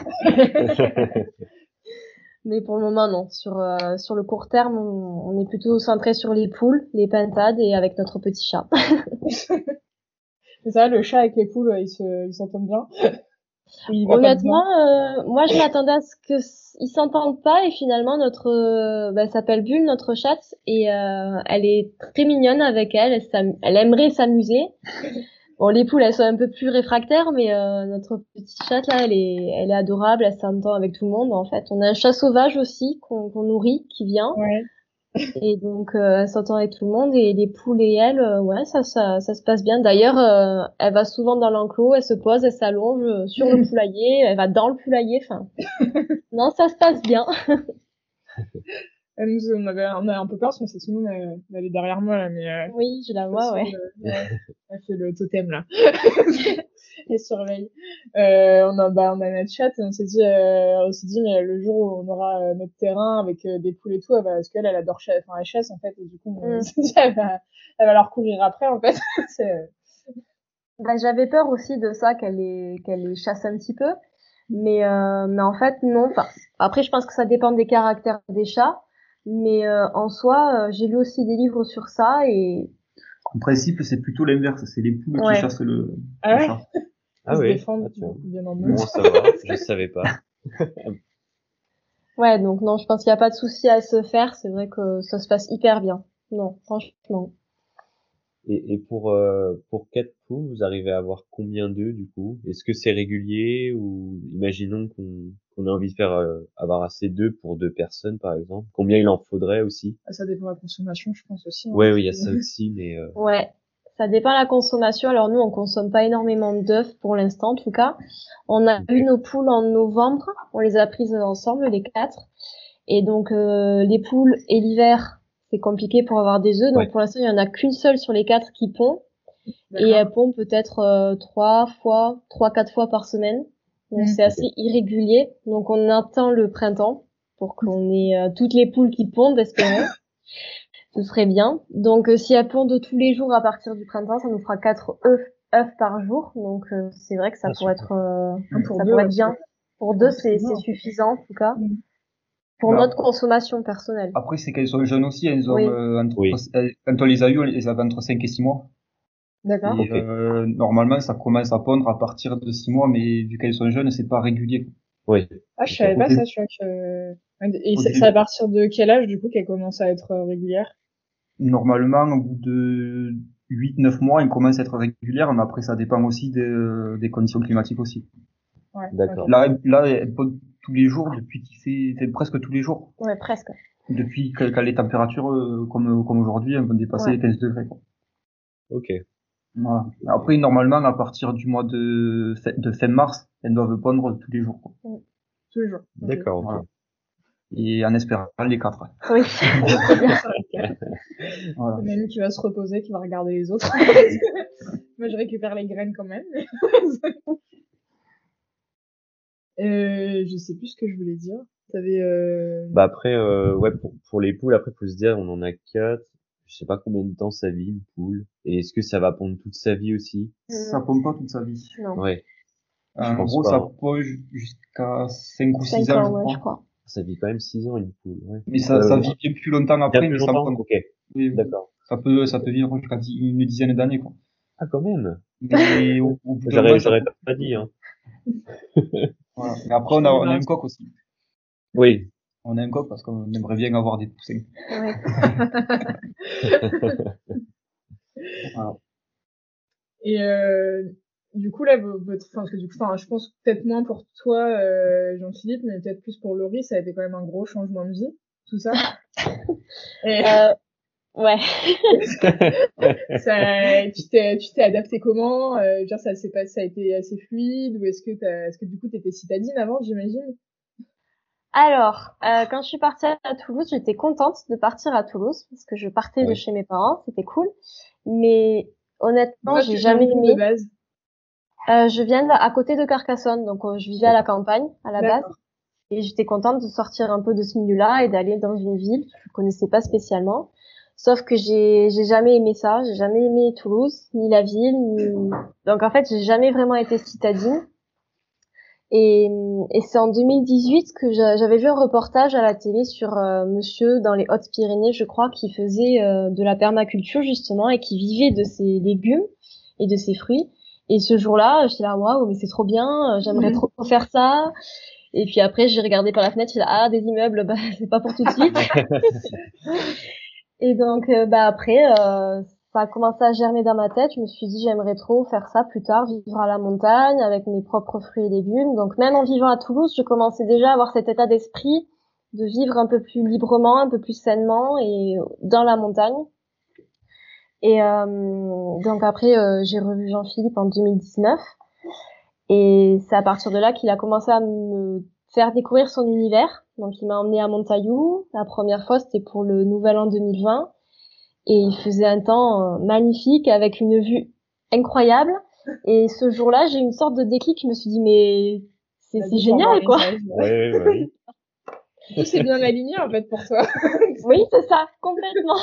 Mais pour le moment, non. Sur le court terme, on est plutôt centré sur les poules, les pintades et avec notre petit chat. C'est ça, le chat avec les poules, ils s'entendent bien. Honnêtement, moi je m'attendais à ce que ils s'entendent pas et finalement elle s'appelle Bulle, notre chatte, et elle est très mignonne avec elle aimerait s'amuser. Bon, les poules, elles sont un peu plus réfractaires, mais notre petite chatte là, elle est adorable, elle s'entend avec tout le monde. En fait, on a un chat sauvage aussi qu'on nourrit, qui vient, Ouais. et donc elle s'entend avec tout le monde. Et les poules et elle, ouais, ça se passe bien. D'ailleurs, elle va souvent dans l'enclos, elle se pose, elle s'allonge sur le poulailler, elle va dans le poulailler. Enfin, non, ça se passe bien. Nous, on a un peu peur parce qu'on sait tout le monde, elle est derrière moi là, mais Oui, je la vois, ouais. elle fait le totem là. Elle surveille. On a notre chatte et on s'est dit mais le jour où on aura notre terrain avec des poules et tout, parce qu'elle adore elle chasse en fait et du coup on s'est dit elle va leur courir après en fait. J'avais peur aussi de ça qu'elle les chasse un petit peu, mais en fait non. Enfin, après je pense que ça dépend des caractères des chats, mais en soi j'ai lu aussi des livres sur ça et en principe c'est plutôt l'inverse, c'est les poules qui chassent le chat. Ah oui. Bien en Bon, ça va, je savais pas. Ouais, donc non, je pense qu'il y a pas de souci à se faire, c'est vrai que ça se passe hyper bien. Non, franchement. Et pour 4 poules, vous arrivez à avoir combien d'œufs du coup? Est-ce que c'est régulier ou imaginons qu'on a envie de faire avoir assez d'œufs pour 2 personnes par exemple? Combien il en faudrait aussi? Ça dépend de la consommation, je pense aussi. Ouais, oui, il y a ça aussi, mais Ouais, ça dépend de la consommation. Alors nous, on consomme pas énormément d'œufs pour l'instant, en tout cas. On a eu nos poules en novembre, on les a prises ensemble, les 4. Et donc les poules et l'hiver, c'est compliqué pour avoir des œufs. Donc pour l'instant, il y en a qu'une seule sur les 4 qui pond. Et elle pond peut-être 3-4 fois par semaine. Donc c'est assez irrégulier. Donc on attend le printemps pour qu'on ait toutes les poules qui pondent, espérons. Ce serait bien. Donc si elles pondent tous les jours à partir du printemps, ça nous fera 4 œufs par jour. Donc c'est vrai que ça pourrait être bien. Pour 2, c'est suffisant en tout cas. Pour notre consommation personnelle. Après, c'est qu'elles sont jeunes aussi, elles ont quand on les a eues, elles avaient entre 5 et 6 mois. D'accord. Et normalement, ça commence à pondre à partir de 6 mois, mais vu qu'elles sont jeunes, c'est pas régulier. Oui. Ah, je savais pas ça, je crois que... Et c'est à partir de quel âge, du coup, qu'elle commence à être régulière? Normalement, au bout de 8-9 mois, elle commence à être régulière, mais après, ça dépend aussi des conditions climatiques aussi. Ouais. D'accord. Là, elle pond tous les jours depuis qu'il fait presque tous les jours. Ouais, presque. Depuis quand les températures, comme aujourd'hui, vont dépasser les 15 degrés, quoi. Ok. Voilà. Après, normalement, à partir du mois de fin mars, elles doivent pondre tous les jours, quoi. Tous les jours. D'accord, ok. Voilà. Et en espérant les 4. Oui. Voilà. Il y en a une qui va se reposer, qui va regarder les autres. Moi, je récupère les graines quand même. Je sais plus ce que je voulais dire. T'avais Bah après, ouais, pour les poules, après, faut se dire, on en a 4. Je sais pas combien de temps ça vit, une poule. Et est-ce que ça va pondre toute sa vie aussi? Ça pond pas toute sa vie. Non. Ouais, je En pense gros, pas, ça hein. pond jusqu'à 5 ou 6 5 ans, ans, je ouais, je crois. crois. Ça vit quand même 6 ans, une poule, ouais. Mais ça vit bien plus longtemps Bien après, plus mais ça longtemps? pond. Ok, Oui, oui. d'accord. Ça peut vivre jusqu'à une dizaine d'années, quoi. Ah, quand même. Mais au bout d'un moment, J'aurais pas dit, hein. voilà. Mais après, je connais on a pas. un coq aussi. Oui. On a un coq parce qu'on aimerait bien avoir des poussins. Ouais. Voilà. Et du coup là, enfin parce que du coup, enfin, je pense peut-être moins pour toi, Jean-Philippe, mais peut-être plus pour Laurie, ça a été quand même un gros changement de vie, tout ça. Et Ouais. tu t'es adapté comment? Genre ça s'est passé, ça a été assez fluide ou est-ce que du coup t'étais citadine avant, j'imagine? Alors, quand je suis partie à Toulouse, j'étais contente de partir à Toulouse parce que je partais de Oui. chez mes parents, c'était cool. Mais honnêtement, Toi, j'ai tu viens jamais d'où de aimé. base? Je viens à côté de Carcassonne, donc je vivais à la campagne à la base. D'accord. Et j'étais contente de sortir un peu de ce milieu-là et d'aller dans une ville que je connaissais pas spécialement. Sauf que j'ai jamais aimé ça, j'ai jamais aimé Toulouse, ni la ville, ni... Donc en fait, j'ai jamais vraiment été citadine. Et c'est en 2018 que j'avais vu un reportage à la télé sur monsieur dans les Hautes-Pyrénées, je crois, qui faisait de la permaculture justement et qui vivait de ses légumes et de ses fruits. Et ce jour-là, j'étais là, waouh, mais c'est trop bien, j'aimerais trop faire ça. Et puis après, j'ai regardé par la fenêtre, j'ai dit, ah, des immeubles, bah, c'est pas pour tout de suite. Et donc, bah après, ça a commencé à germer dans ma tête. Je me suis dit, j'aimerais trop faire ça plus tard, vivre à la montagne avec mes propres fruits et légumes. Donc, même en vivant à Toulouse, je commençais déjà à avoir cet état d'esprit de vivre un peu plus librement, un peu plus sainement et dans la montagne. Et donc après, j'ai revu Jean-Philippe en 2019. Et c'est à partir de là qu'il a commencé à me faire découvrir son univers. Donc, il m'a emmené à Montaillou. La première fois, c'était pour le Nouvel An 2020. Et il faisait un temps magnifique avec une vue incroyable. Et ce jour-là, j'ai eu une sorte de déclic. Je me suis dit, mais c'est génial, quoi. Ouais, ouais. Tout s'est bien aligné en fait pour toi. Oui, c'est ça, complètement.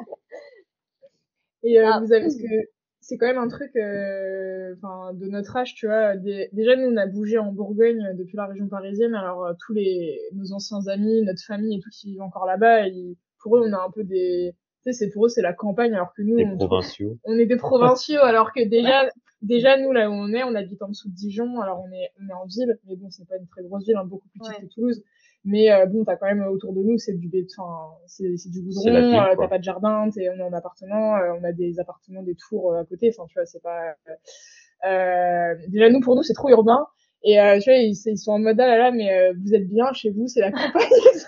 Et Ah. vous avez, parce que c'est quand même un truc, enfin, de notre âge, tu vois. Déjà, nous, on a bougé en Bourgogne depuis la région parisienne. Alors, tous nos anciens amis, notre famille et tout qui vivent encore là-bas, pour eux, on a un peu tu sais, pour eux, c'est la campagne, alors que nous, Les provinciaux. on est des provinciaux, alors que déjà, nous, là où on habite en dessous de Dijon. Alors, on est en ville, mais bon, c'est pas une très grosse ville, hein, beaucoup plus petite que Toulouse. Mais bon, t'as quand même autour de nous, c'est du enfin, c'est du C'est la goudron, ville, quoi. t'as pas de jardin, on est en appartement, on a des appartements, des tours à côté. Enfin, tu vois, c'est pas. Déjà, pour nous, c'est trop urbain. Et tu vois, ils sont en mode ah là là, mais vous êtes bien chez vous, c'est la campagne.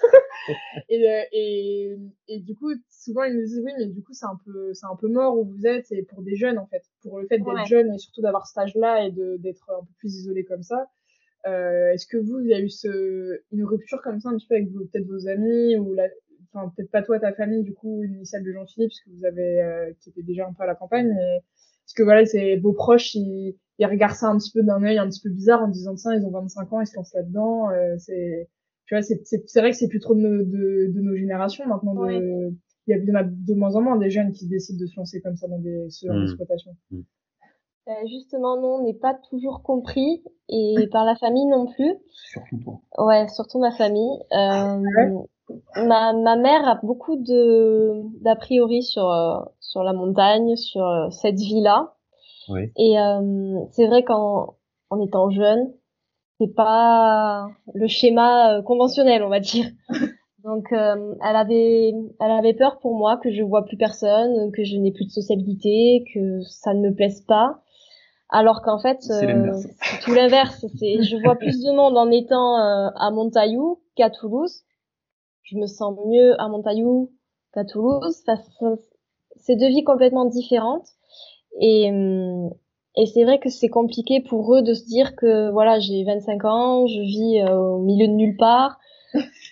Et du coup, souvent ils nous disent oui, mais du coup c'est un peu mort où vous êtes. Et pour des jeunes en fait, pour le fait d'être Ouais. jeune et surtout d'avoir cet âge-là et d'être un peu plus isolé comme ça. Est-ce que il y a eu une rupture comme ça un petit peu avec peut-être vos amis ou enfin peut-être pas toi ta famille du coup initiale de Jean-Philippe parce que vous avez qui était déjà un peu à la campagne, mais est-ce que voilà c'est vos proches ils regardent ça un petit peu d'un œil un petit peu bizarre en disant ça ils ont 25 ans ils se lancent là-dedans, c'est tu vois c'est vrai que c'est plus trop de nos générations maintenant Ouais. il y en a de moins en moins des jeunes qui décident de se lancer comme ça dans ce genre d'exploitation. Justement, non, on n'est pas toujours compris et par la famille non plus. Surtout toi. Ouais, surtout ma famille. Ouais. Ma mère a beaucoup d'a priori sur la montagne, sur cette vie-là. Oui. Et c'est vrai en étant jeune, c'est pas le schéma conventionnel, on va dire. Donc elle avait peur pour moi que je vois plus personne, que je n'ai plus de sociabilité, que ça ne me plaise pas. Alors qu'en fait, C'est l'inverse. c'est tout l'inverse. Je vois plus de monde en étant à Montaillou qu'à Toulouse. Je me sens mieux à Montaillou qu'à Toulouse. C'est deux vies complètement différentes. Et, euh, et c'est vrai que c'est compliqué pour eux de se dire que voilà, j'ai 25 ans, je vis au milieu de nulle part.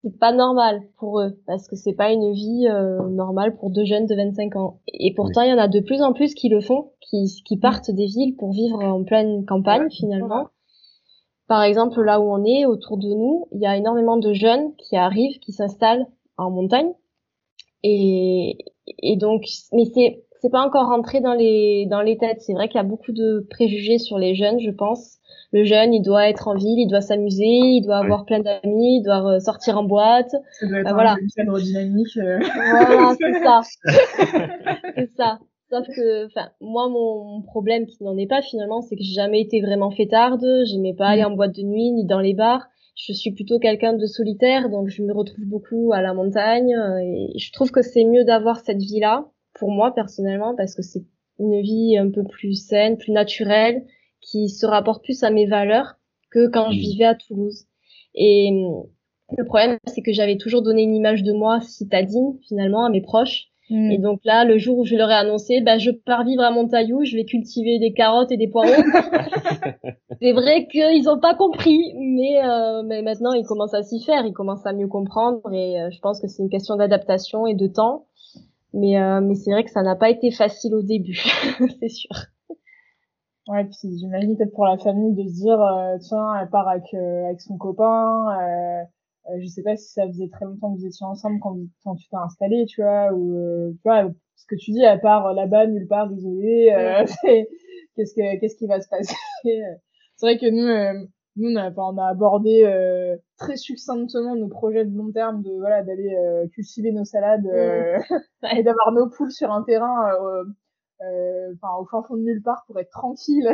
c'est pas normal pour eux parce que c'est pas une vie normale pour deux jeunes de 25 ans. Et pourtant, il y en a de plus en plus qui le font, qui partent des villes pour vivre en pleine campagne finalement. Par exemple, là où on est, autour de nous, il y a énormément de jeunes qui arrivent, qui s'installent en montagne. Et donc, mais c'est pas encore rentré dans les têtes. C'est vrai qu'il y a beaucoup de préjugés sur les jeunes, je pense. Le jeune, il doit être en ville, il doit s'amuser, il doit avoir plein d'amis, il doit sortir en boîte. Ça doit être voilà. un cadre dynamique. Voilà, c'est ça. C'est ça. Sauf que, enfin, moi, mon problème qui n'en est pas finalement, c'est que j'ai jamais été vraiment fêtarde. J'aimais pas aller en boîte de nuit ni dans les bars. Je suis plutôt quelqu'un de solitaire, donc je me retrouve beaucoup à la montagne. Et je trouve que c'est mieux d'avoir cette vie-là, pour moi personnellement, parce que c'est une vie un peu plus saine, plus naturelle, qui se rapporte plus à mes valeurs que quand je vivais à Toulouse. Et le problème, c'est que j'avais toujours donné une image de moi citadine, finalement, à mes proches. Et donc là, le jour où je leur ai annoncé, je pars vivre à Montaillou, je vais cultiver des carottes et des poireaux. C'est vrai qu'ils ont pas compris, mais maintenant ils commencent à s'y faire, ils commencent à mieux comprendre et je pense que c'est une question d'adaptation et de temps. Mais c'est vrai que ça n'a pas été facile au début, c'est sûr. Ouais, puis j'imagine peut-être pour la famille de se dire, tiens, elle part avec son copain. Je sais pas si ça faisait très longtemps que vous étiez ensemble quand tu t'es installé, tu vois, ou tu vois, ce que tu dis, elle part là-bas nulle part, isolée. Qu'est-ce qui va se passer? C'est vrai que nous on a abordé très succinctement nos projets de long terme, de voilà, d'aller cultiver nos salades et d'avoir nos poules sur un terrain. Au fin fond de nulle part pour être tranquille.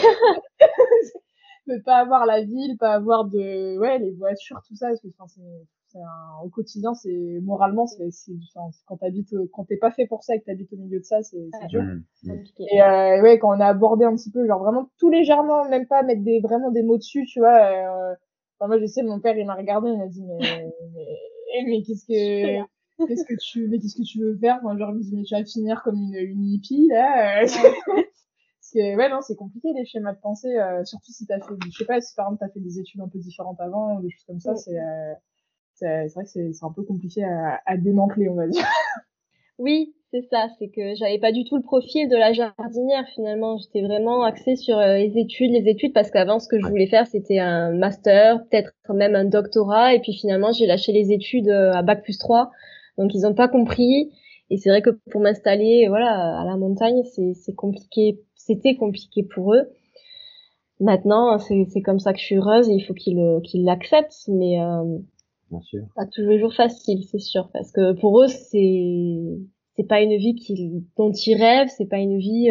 De pas avoir la ville, pas avoir les voitures, tout ça, parce que au quotidien, c'est moralement, c'est quand t'es pas fait pour ça et que t'habites au milieu de ça, c'est dur. Et quand on a abordé un petit peu, genre vraiment tout légèrement, même pas mettre vraiment des mots dessus, tu vois. Moi, je sais, mon père, il m'a regardé, il m'a dit mais qu'est-ce que tu veux faire? Moi, genre, il me dit, mais tu vas finir comme une hippie, là. Parce que, non, c'est compliqué, les schémas de pensée, surtout si je sais pas, si par exemple t'as fait des études un peu différentes avant, ou des choses comme ça, c'est vrai que c'est un peu compliqué à démanteler, on va dire. Oui, c'est ça, c'est que j'avais pas du tout le profil de la jardinière finalement, j'étais vraiment axée sur les études parce qu'avant ce que je voulais faire c'était un master, peut-être même un doctorat et puis finalement j'ai lâché les études à bac+3. Donc ils ont pas compris et c'est vrai que pour m'installer à la montagne, c'est compliqué, c'était compliqué pour eux. Maintenant, c'est comme ça que je suis heureuse et il faut qu'ils l'acceptent mais bien sûr. Pas tous les jours facile, c'est sûr, parce que pour eux c'est pas une vie dont ils rêvent, c'est pas une vie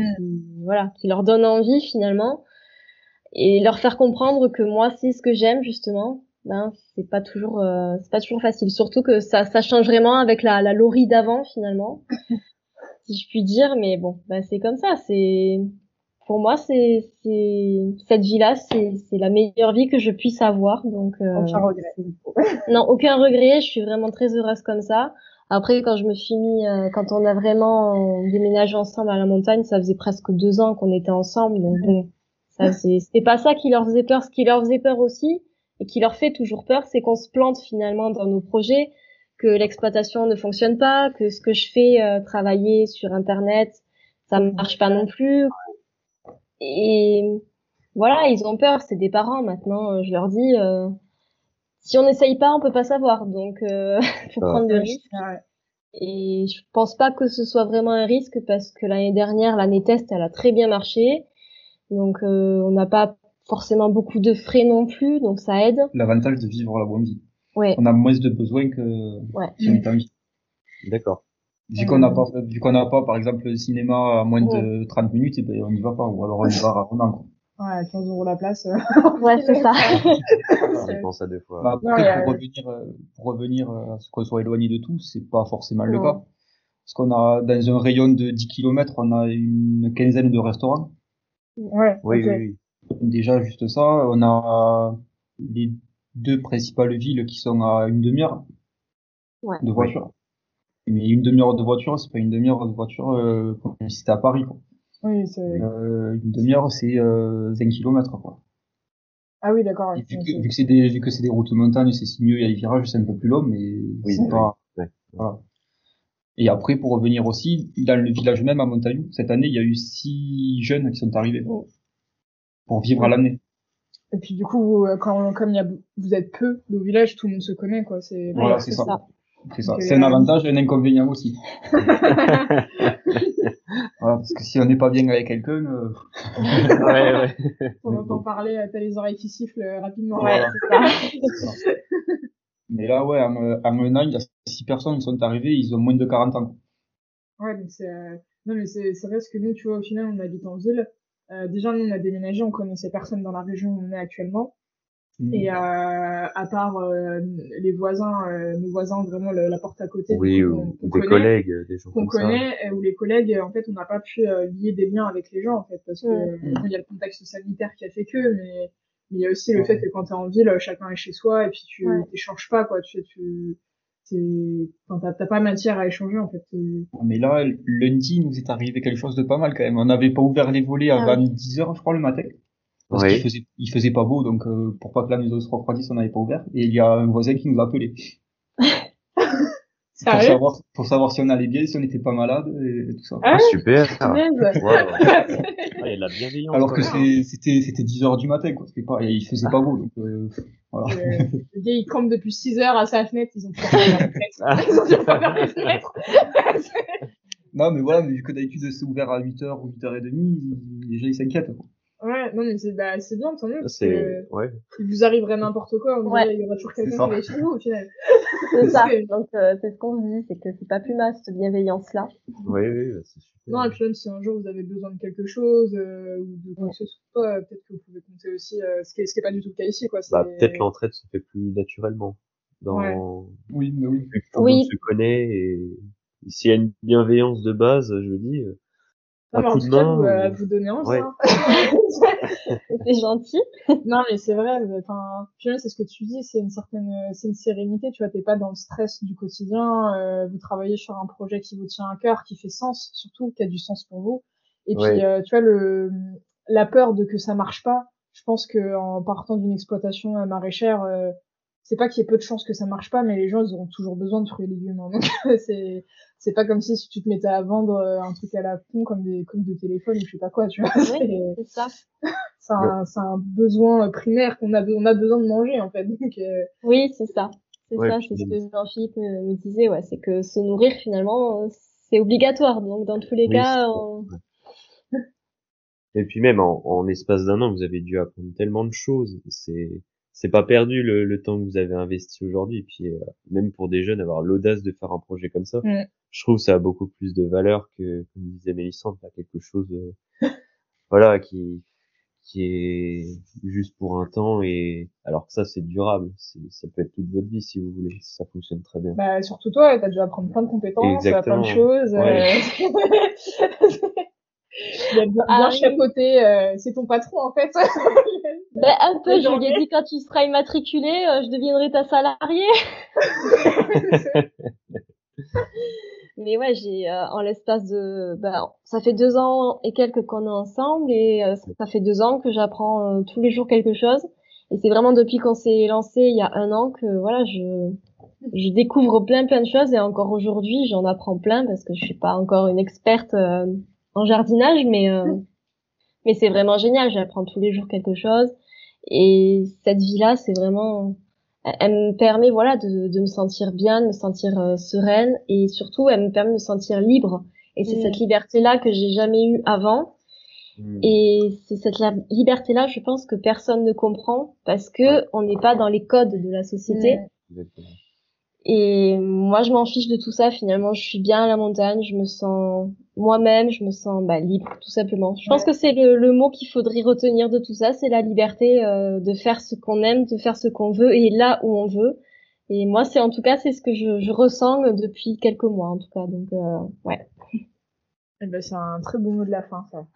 qui leur donne envie finalement, et leur faire comprendre que moi c'est ce que j'aime justement, c'est pas toujours facile, surtout que ça change vraiment avec la Laurie d'avant finalement, si je puis dire, mais bon, c'est comme ça, pour moi, cette vie-là, c'est la meilleure vie que je puisse avoir. Donc, aucun regret. Non, aucun regret. Je suis vraiment très heureuse comme ça. Après, quand quand on a vraiment déménagé ensemble à la montagne, ça faisait presque 2 ans qu'on était ensemble. Donc bon, c'était pas ça qui leur faisait peur. Ce qui leur faisait peur aussi, et qui leur fait toujours peur, c'est qu'on se plante finalement dans nos projets, que l'exploitation ne fonctionne pas, que ce que je fais, travailler sur Internet, ça marche pas non plus. Et voilà, ils ont peur, c'est des parents maintenant. Je leur dis, si on n'essaye pas, on peut pas savoir. Donc, faut prendre le risque. Et je pense pas que ce soit vraiment un risque parce que l'année test, elle a très bien marché. Donc, on n'a pas forcément beaucoup de frais non plus, donc ça aide. L'avantage de vivre la bonne vie. Ouais. On a moins de besoins que si on est en vie. D'accord. Vu qu'on n'a pas, par exemple, le cinéma à moins de 30 minutes, on n'y va pas, ou alors on y va rarement, quoi. Ouais, 15 € la place. Ouais, c'est ça. Je pense à 2 fois. Après, pour revenir à ce qu'on soit éloigné de tout, c'est pas forcément le cas. Parce qu'on a, dans un rayon de 10 km, on a une quinzaine de restaurants. Ouais. Oui. Déjà, juste ça, on a les 2 principales villes qui sont à une demi-heure de voiture. Mais une demi-heure de voiture, c'est pas une demi-heure de voiture comme si c'était à Paris, quoi. Oui, c'est une demi-heure, c'est 20 km, quoi. Ah oui, d'accord. Et vu que c'est des routes de montagne, c'est si mieux, il y a les virages, c'est un peu plus long, mais Oui, c'est pas, ouais. voilà. Et après, pour revenir aussi, dans le village même à Montagnoux, cette année, il y a eu 6 jeunes qui sont arrivés pour vivre à l'année. Et puis du coup, comme vous êtes peu au village, tout le monde se connaît, quoi. Voilà, c'est ça. C'est ça. Donc, C'est un avantage et un inconvénient aussi. Voilà, parce que si on n'est pas bien avec quelqu'un, Ouais. On entend parler, t'as les oreilles qui sifflent rapidement. Ouais, Voilà. c'est ça. Mais là, ouais, en un an, il y a 6 personnes qui sont arrivées, ils ont moins de 40 ans. Ouais, donc non, mais c'est vrai parce que nous, tu vois, au final, on habite en ville. Déjà, nous, on a déménagé, on connaissait personne dans la région où on est actuellement. Et à part les voisins, nos voisins, vraiment la porte à côté, Oui, du coup, ou qu'on des connaît, collègues, des gens comme ça. ou les collègues, en fait, on n'a pas pu lier des liens avec les gens, en fait, parce que il y a le contexte sanitaire qui a fait que, mais il y a aussi le fait que quand t'es en ville, chacun est chez soi et puis tu t'échanges pas, quoi. Enfin, t'as pas matière à échanger, en fait. Mais là, lundi, il nous est arrivé quelque chose de pas mal quand même. On n'avait pas ouvert les volets avant 10 heures, je crois, le matin. Parce qu'il faisait pas beau, donc pour pas que la maison se refroidisse, on n'avait pas ouvert. Et il y a un voisin qui nous a appelé. Pour savoir si on allait bien, si on n'était pas malade et tout ça. Ah, super. Wow. Il y a de la bienveillance. Alors que c'était 10 heures du matin, quoi. Il faisait pas beau, donc voilà. Le gars, il campe depuis 6 heures à sa fenêtre, ils ont toujours pas ouvert les fenêtres. Non, mais voilà, mais vu que d'habitude c'est ouvert à 8h ou 8h30, les gens ils s'inquiètent. Ouais, non, mais c'est bien, tant mieux, parce que ouais. il vous arriverait n'importe quoi, on dirait, il y aura toujours quelqu'un qui va chez vous, au final. C'est ça. Donc, c'est ce qu'on se dit, c'est que c'est pas plus mal, cette bienveillance-là. Oui, c'est super. Non, et puis même si un jour vous avez besoin de quelque chose, ou de quoi que ce soit, peut-être que vous pouvez compter aussi, ce qui est pas du tout le cas ici, quoi. Peut-être l'entraide se fait plus naturellement. Oui, mais oui. Vu que tout le monde se connaît et s'il y a une bienveillance de base, je me dis, un coup de main. Vous donnez envie, ouais. C'est gentil. Non, mais c'est vrai, enfin, c'est ce que tu dis, c'est une sérénité, tu vois, t'es pas dans le stress du quotidien, vous travaillez sur un projet qui vous tient à cœur, qui fait sens, surtout, qui a du sens pour vous. Et puis, tu vois, la peur de que ça marche pas, je pense que en partant d'une exploitation maraîchère, c'est pas qu'il y ait peu de chances que ça marche pas, mais les gens, ils auront toujours besoin de fruits et légumes, hein. Donc, c'est pas comme si tu te mettais à vendre un truc à la con comme des téléphones ou je sais pas quoi, tu vois. Oui, c'est ça. C'est un besoin primaire on a besoin de manger, en fait. Donc, oui, c'est ça. C'est ça, c'est ce que Jean-Philippe me disait, ouais. C'est que se nourrir, finalement, c'est obligatoire. Donc, dans tous les cas, Et puis même en espace d'un an, vous avez dû apprendre tellement de choses. C'est pas perdu le temps que vous avez investi aujourd'hui. Et puis même pour des jeunes, avoir l'audace de faire un projet comme ça, je trouve que ça a beaucoup plus de valeur que, comme disait Mélissande, faire quelque chose, voilà, qui est juste pour un temps et alors que ça c'est durable. Ça peut être toute votre vie si vous voulez. Ça fonctionne très bien. Bah surtout toi, t'as dû apprendre plein de compétences, plein de choses. Il a bien chapeauté, c'est ton patron en fait. Un peu, je lui ai dit quand tu seras immatriculé, je deviendrai ta salariée. Mais ouais, j'ai en l'espace de ça fait 2 ans et quelques qu'on est ensemble et ça fait 2 ans que j'apprends tous les jours quelque chose. Et c'est vraiment depuis qu'on s'est lancé il y a 1 an que voilà, je découvre plein de choses et encore aujourd'hui j'en apprends plein parce que je suis pas encore une experte en jardinage, mais c'est vraiment génial. J'apprends tous les jours quelque chose et cette vie-là, c'est vraiment elle me permet voilà de me sentir bien, de me sentir sereine et surtout elle me permet de me sentir libre et c'est cette liberté là que j'ai jamais eue avant et c'est cette liberté là je pense que personne ne comprend parce que on n'est pas dans les codes de la société. Et moi je m'en fiche de tout ça finalement, je suis bien à la montagne, je me sens moi-même, je me sens libre tout simplement. Je pense que c'est le mot qu'il faudrait retenir de tout ça, c'est la liberté de faire ce qu'on aime, de faire ce qu'on veut et là où on veut. Et moi c'est en tout cas c'est ce que je ressens depuis quelques mois en tout cas. Donc ouais. Eh ben c'est un très beau mot de la fin ça.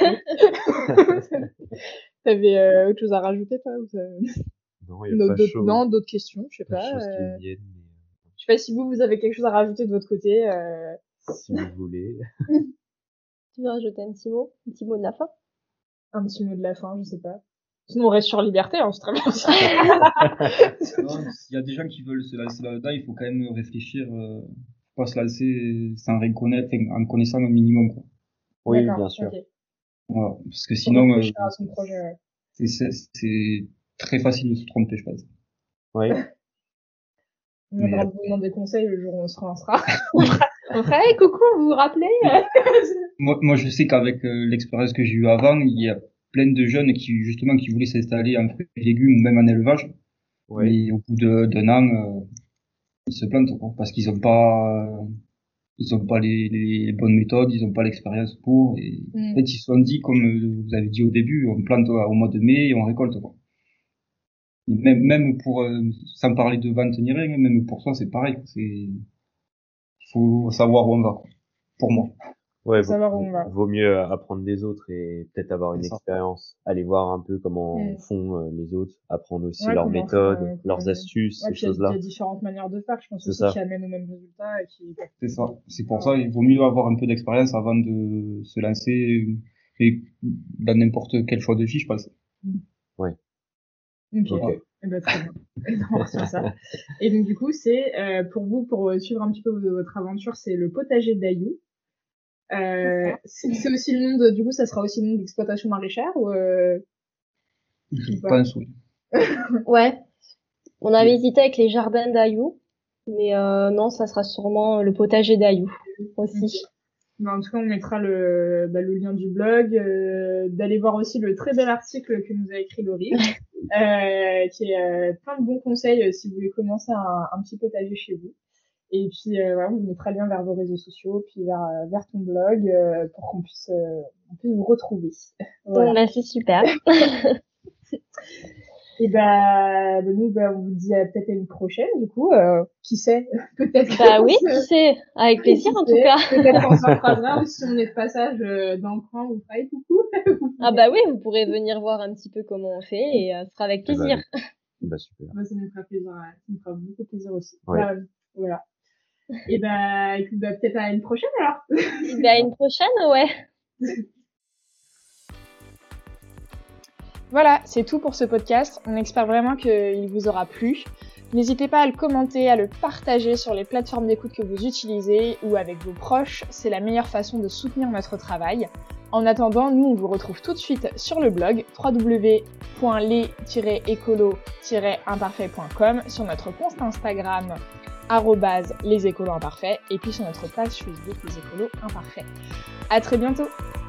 T'avais autre chose à rajouter toi Non, il y a pas chaud. Non, d'autres questions, je sais pas. Je sais pas si vous avez quelque chose à rajouter de votre côté. Si vous voulez. Tu veux rajouter un petit mot de la fin? Un petit mot de la fin, je sais pas. Sinon, on reste sur Liberté, hein, c'est très bien aussi. Non, s'il y a des gens qui veulent se lancer là-dedans, il faut quand même réfléchir, pas se lancer sans rien connaître, en connaissant un minimum, quoi. Oui, D'accord, bien sûr. ok. Voilà. Parce que Faut sinon, réfléchir à son projet, ouais. c'est très facile de se tromper, je pense. Oui. On viendra vous demander conseil le jour où on se relancera. On fera, hey, coucou, vous vous rappelez? Moi, je sais qu'avec l'expérience que j'ai eue avant, il y a plein de jeunes qui voulaient s'installer en fruits et légumes ou même en élevage. Oui. Mais au bout d'un an, ils se plantent, quoi, parce qu'ils ont pas les bonnes méthodes, ils ont pas l'expérience pour, et en fait, ils se sont dit, comme vous avez dit au début, on plante au mois de mai et on récolte, quoi. Même pour, sans parler de vente ni rien, même pour ça, c'est pareil, il faut savoir où on va, quoi. Pour moi. Ouais, savoir où on va. vaut mieux apprendre des autres et peut-être avoir une C'est ça. expérience, aller voir un peu comment font les autres, apprendre aussi Ouais, leurs comment méthodes, font, leurs astuces, ouais, ces puis il y choses-là. a différentes manières de faire, je pense C'est aussi, ça. qui amènent au même résultat et qui... C'est ça. C'est pour ça, il vaut mieux avoir un peu d'expérience avant de se lancer, et dans n'importe quel choix de vie, je pense. Ouais. Ok. Eh ben, très bien. On retient ça. Et donc, du coup, c'est, pour vous, pour suivre un petit peu votre aventure, c'est le potager d'Ayou. C'est aussi le nom de, du coup, ça sera aussi le nom d'exploitation maraîchère ou Je pas pense, oui. Ouais. On avait hésité avec les jardins d'Ayou, mais non, ça sera sûrement le potager d'Ayou aussi. Ben, en tout cas, on mettra le lien du blog, d'aller voir aussi le très bel article que nous a écrit Laurie, qui est plein de bons conseils si vous voulez commencer un petit potager chez vous. Et puis voilà, on vous mettra le lien vers vos réseaux sociaux, puis vers ton blog, pour qu'on puisse vous retrouver. Voilà. Bah, c'est super. Et nous, on vous dit peut-être à une prochaine, du coup, qui sait, peut-être. Bah oui, qui sait, avec plaisir en tout cas. Peut-être qu'on s'en croisera, ou si on est de passage dans le coin, vous ferez coucou. Ah bah oui, vous pourrez venir voir un petit peu comment on fait et ce sera avec plaisir. Bah super. Bah, ça me fera plaisir, ça me fera beaucoup plaisir aussi. Ouais. Voilà. Et écoute, peut-être à une prochaine alors. Bah à une prochaine, ouais. Voilà, c'est tout pour ce podcast. On espère vraiment qu'il vous aura plu. N'hésitez pas à le commenter, à le partager sur les plateformes d'écoute que vous utilisez ou avec vos proches. C'est la meilleure façon de soutenir notre travail. En attendant, nous, on vous retrouve tout de suite sur le blog www.les-écolo-imparfait.com, sur notre compte Instagram @lesécoloimparfaits et puis sur notre page Facebook Les Écolos Imparfaits. À très bientôt!